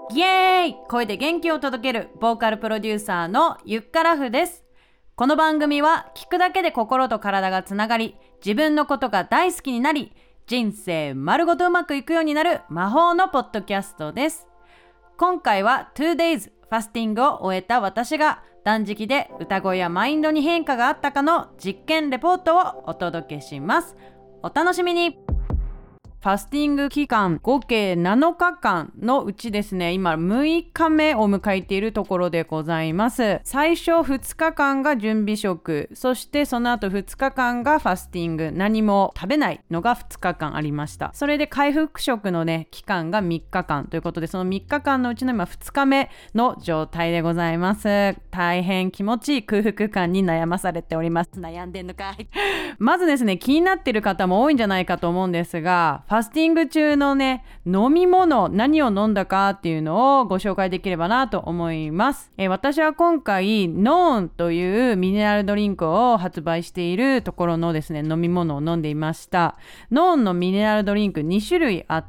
イエーイ、声で元気を届けるボーカルプロデューサーのゆっからふです。この番組は聞くだけで心と体がつながり、自分のことが大好きになり、人生丸ごとうまくいくようになる魔法のポッドキャストです。今回は 2days ファスティングを終えた私が断食で歌声やマインドに変化があったかの実験レポートをお届けします。お楽しみに。ファスティング期間合計7日間のうちですね、今6日目を迎えているところでございます。最初2日間が準備食、そしてその後2日間がファスティング、何も食べないのが2日間ありました。それで回復食のね期間が3日間ということで、その3日間のうちの今2日目の状態でございます。大変気持ちいい空腹感に悩まされております。悩んでんのかいまずですね、気になっている方も多いんじゃないかと思うんですが、ファスティング中のね飲み物、何を飲んだかっていうのをご紹介できればなと思います。私は今回ノーンというミネラルドリンクを発売しているところのですね飲み物を飲んでいました。ノーンのミネラルドリンク2種類あって、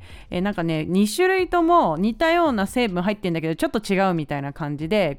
なんかね2種類とも似たような成分入ってんだけどちょっと違うみたいな感じで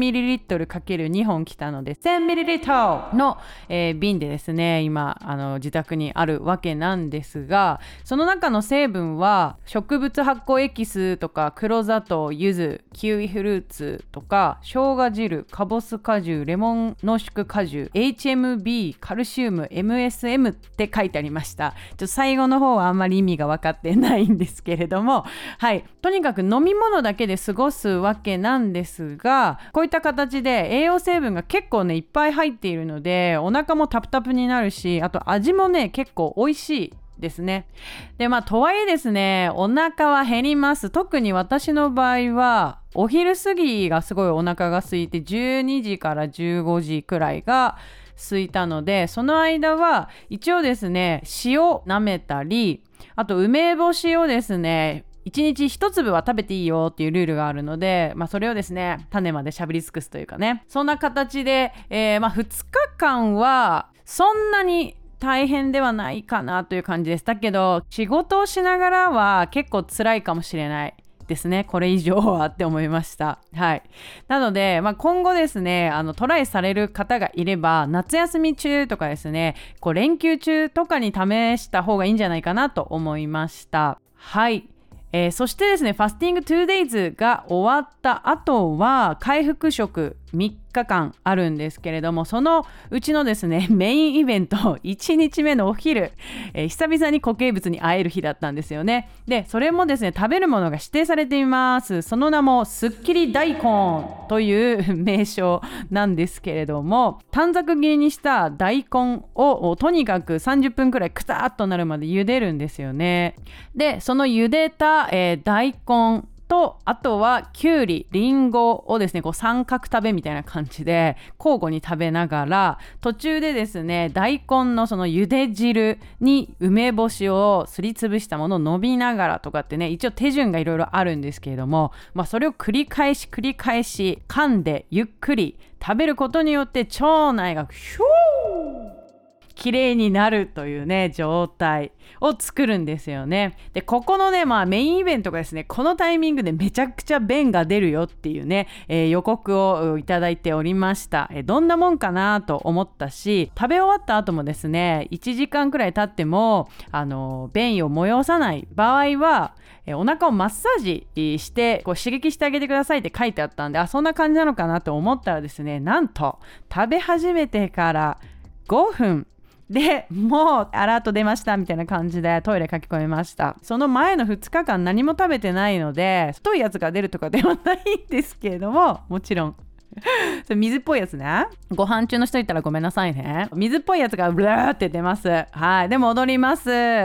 500ml×2 本来たので 1000ml の、瓶でですね今自宅にあるわけなんですが、その中の成分は植物発酵エキスとか黒砂糖、柚子、キウイフルーツとか生姜汁、かぼす果汁、レモン濃縮果汁、 HMB、 カルシウム、 MSM って書いてありました。最後の方はあんまり意味が分かってないんですけれども、はい、とにかく飲み物だけで過ごすわけなんですが、こういった形で栄養成分が結構ねいっぱい入っているのでお腹もタプタプになるし、あと味もね結構美味しいですね。でとはいえですね、お腹は減ります。特に私の場合はお昼過ぎがすごいお腹が空いて、12時から15時くらいが空いたので、その間は一応ですね塩舐めたり、あと梅干しをですね1日1粒は食べていいよっていうルールがあるので、それをですね種までしゃぶり尽くすというかね、そんな形で、2日間はそんなに大変ではないかなという感じです。だけど仕事をしながらは結構辛いかもしれないですね、これ以上はって思いました。はい。なので、今後ですねトライされる方がいれば、夏休み中とかですね連休中とかに試した方がいいんじゃないかなと思いました。はい。そしてですねファスティング 2days が終わった後は回復食3日間あるんですけれども、そのうちのですねメインイベント1日目のお昼、久々に固形物に会える日だったんですよね。でそれもですね食べるものが指定されています。その名もすっきり大根という名称なんですけれども、短冊切りにした大根をとにかく30分くらいくたっとなるまで茹でるんですよね。でその茹でた、大根とあとはきゅうり、りんごをですね三角食べみたいな感じで交互に食べながら、途中でですね大根のその茹で汁に梅干しをすりつぶしたものを飲みながらとかってね、一応手順がいろいろあるんですけれども、それを繰り返し噛んでゆっくり食べることによって腸内がヒュー綺麗になるというね状態を作るんですよね。でここのねメインイベントがですねこのタイミングでめちゃくちゃ便が出るよっていうね、予告をいただいておりました。どんなもんかなと思ったし、食べ終わった後もですね1時間くらい経っても便を催さない場合はお腹をマッサージして刺激してあげてくださいって書いてあったんで、そんな感じなのかなと思ったらですね、なんと食べ始めてから5分でもうアラート出ましたみたいな感じでトイレ書き込みました。その前の2日間何も食べてないので太いやつが出るとかではないんですけれども、もちろんそれ水っぽいやつね。ご飯中の人いたらごめんなさいね。水っぽいやつがブラーって出ます。はい。で戻ります。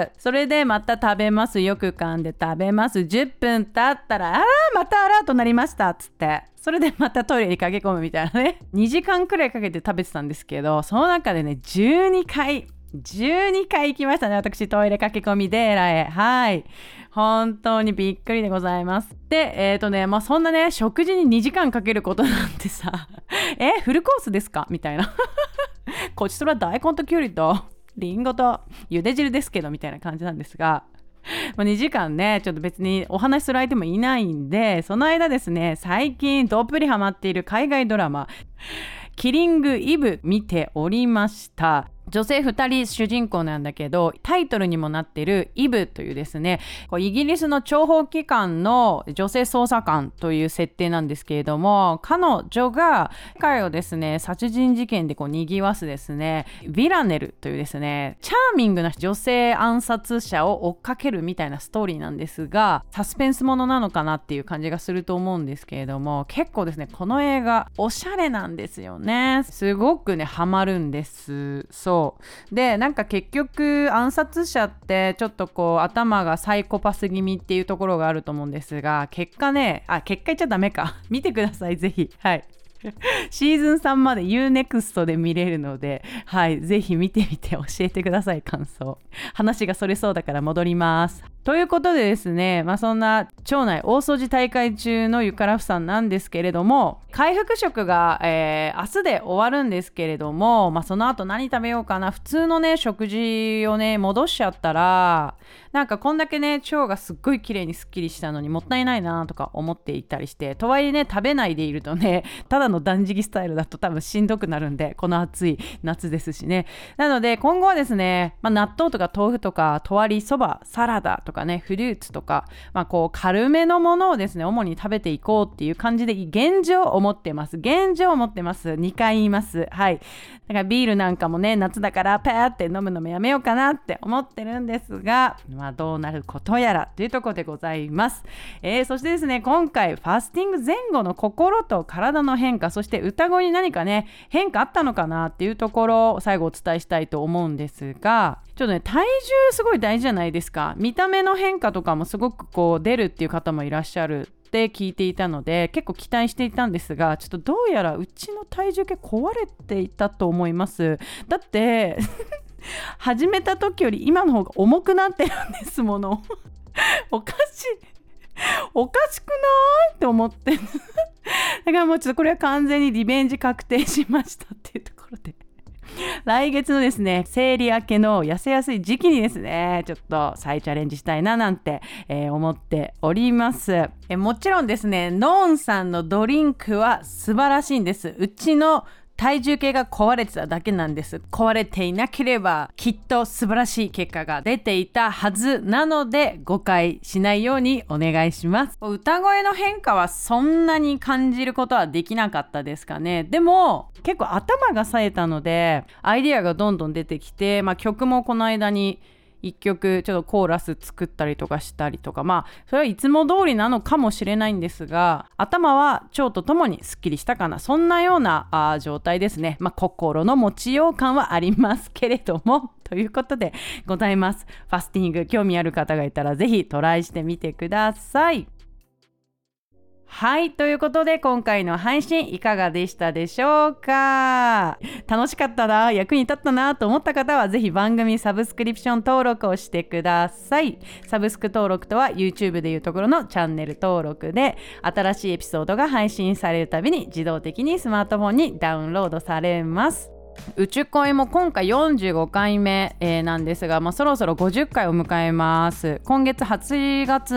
それでまた食べます。よく噛んで食べます。10分経ったらまたアラートなりましたっつって、それでまたトイレに駆け込むみたいなね。2時間くらいかけて食べてたんですけど、その中でね12回行きましたね、私。トイレ駆け込みでエラへ。はい、本当にびっくりでございます。でそんなね食事に2時間かけることなんてさフルコースですかみたいなこちとら大根ときゅうりとリンゴと茹で汁ですけどみたいな感じなんですが、 2時間ねちょっと別にお話しする相手もいないんで、その間ですね、最近どっぷりハマっている海外ドラマキリング・イブ見ておりました。女性2人主人公なんだけど、タイトルにもなっているイブというですね、イギリスの諜報機関の女性捜査官という設定なんですけれども、彼女が世界をですね殺人事件で賑わすですねヴィラネルというですねチャーミングな女性暗殺者を追っかけるみたいなストーリーなんですが、サスペンスものなのかなっていう感じがすると思うんですけれども、結構ですねこの映画おしゃれなんですよね。すごくねハマるんです。そうで、なんか結局暗殺者ってちょっと頭がサイコパス気味っていうところがあると思うんですが、結果言っちゃダメか見てください、ぜひ。はいシーズン3まで UNEXT で見れるので、はい、ぜひ見てみて教えてください、感想。話がそれそうだから戻ります。ということでですね、そんな町内大掃除大会中のゆからふさんなんですけれども、回復食が、明日で終わるんですけれども、その後何食べようかな、普通のね食事をね戻しちゃったら、なんかこんだけね腸がすっごい綺麗にすっきりしたのにもったいないなとか思っていたりして、とはいえね食べないでいるとねただの断食スタイルだと多分しんどくなるんで、この暑い夏ですしね。なので今後はですね、納豆とか豆腐とかとわりそば、サラダとかね、フルーツとか、軽めのものをですね主に食べていこうっていう感じで現状思ってます。2回言います。はい。だからビールなんかもね夏だからパーって飲むのもやめようかなって思ってるんですが、どうなることやらというところでございます。そしてですね、今回ファスティング前後の心と体の変化、そして歌声に何かね変化あったのかなっていうところを最後お伝えしたいと思うんですが、ちょっとね体重すごい大事じゃないですか。見た目の変化とかもすごく出るっていう方もいらっしゃるって聞いていたので、結構期待していたんですが、ちょっとどうやらうちの体重計壊れていたと思います。だって始めた時より今の方が重くなってるんですものおかしくないって思ってだからもうちょっとこれは完全にリベンジ確定しましたっていうところで、来月のですね生理明けの痩せやすい時期にですねちょっと再チャレンジしたいななんて、思っております。もちろんですねノーンさんのドリンクは素晴らしいんです。うちの体重計が壊れてただけなんです。壊れていなければきっと素晴らしい結果が出ていたはずなので、誤解しないようにお願いします。歌声の変化はそんなに感じることはできなかったですかね。でも結構頭が冴えたのでアイディアがどんどん出てきて、曲もこの間に1曲ちょっとコーラス作ったりとかしたりとか、それはいつも通りなのかもしれないんですが、頭は腸とともにすっきりしたかな、そんなような状態ですね。心の持ちよう感はありますけれどもということでございます。ファスティング興味ある方がいたらぜひトライしてみてください。はい、ということで今回の配信いかがでしたでしょうか。楽しかったな、役に立ったなと思った方はぜひ番組サブスクリプション登録をしてください。サブスク登録とは YouTube でいうところのチャンネル登録で、新しいエピソードが配信されるたびに自動的にスマートフォンにダウンロードされます。宇宙恋も今回45回目、なんですが、そろそろ50回を迎えます。今月8月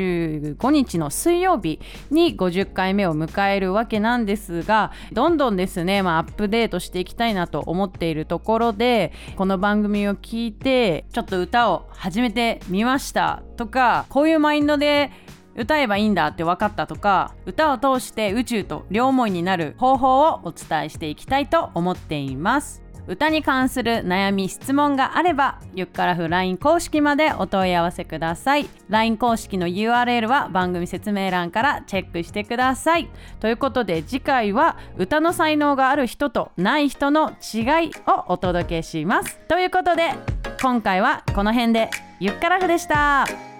25日の水曜日に50回目を迎えるわけなんですが、どんどんですね、アップデートしていきたいなと思っているところで、この番組を聞いてちょっと歌を始めてみましたとか、こういうマインドで歌えばいいんだって分かったとか、歌を通して宇宙と両思いになる方法をお伝えしていきたいと思っています。歌に関する悩み質問があればゆっからふ LINE 公式までお問い合わせください。 LINE 公式の URL は番組説明欄からチェックしてください。ということで次回は歌の才能がある人とない人の違いをお届けします。ということで今回はこの辺でゆっからふでした。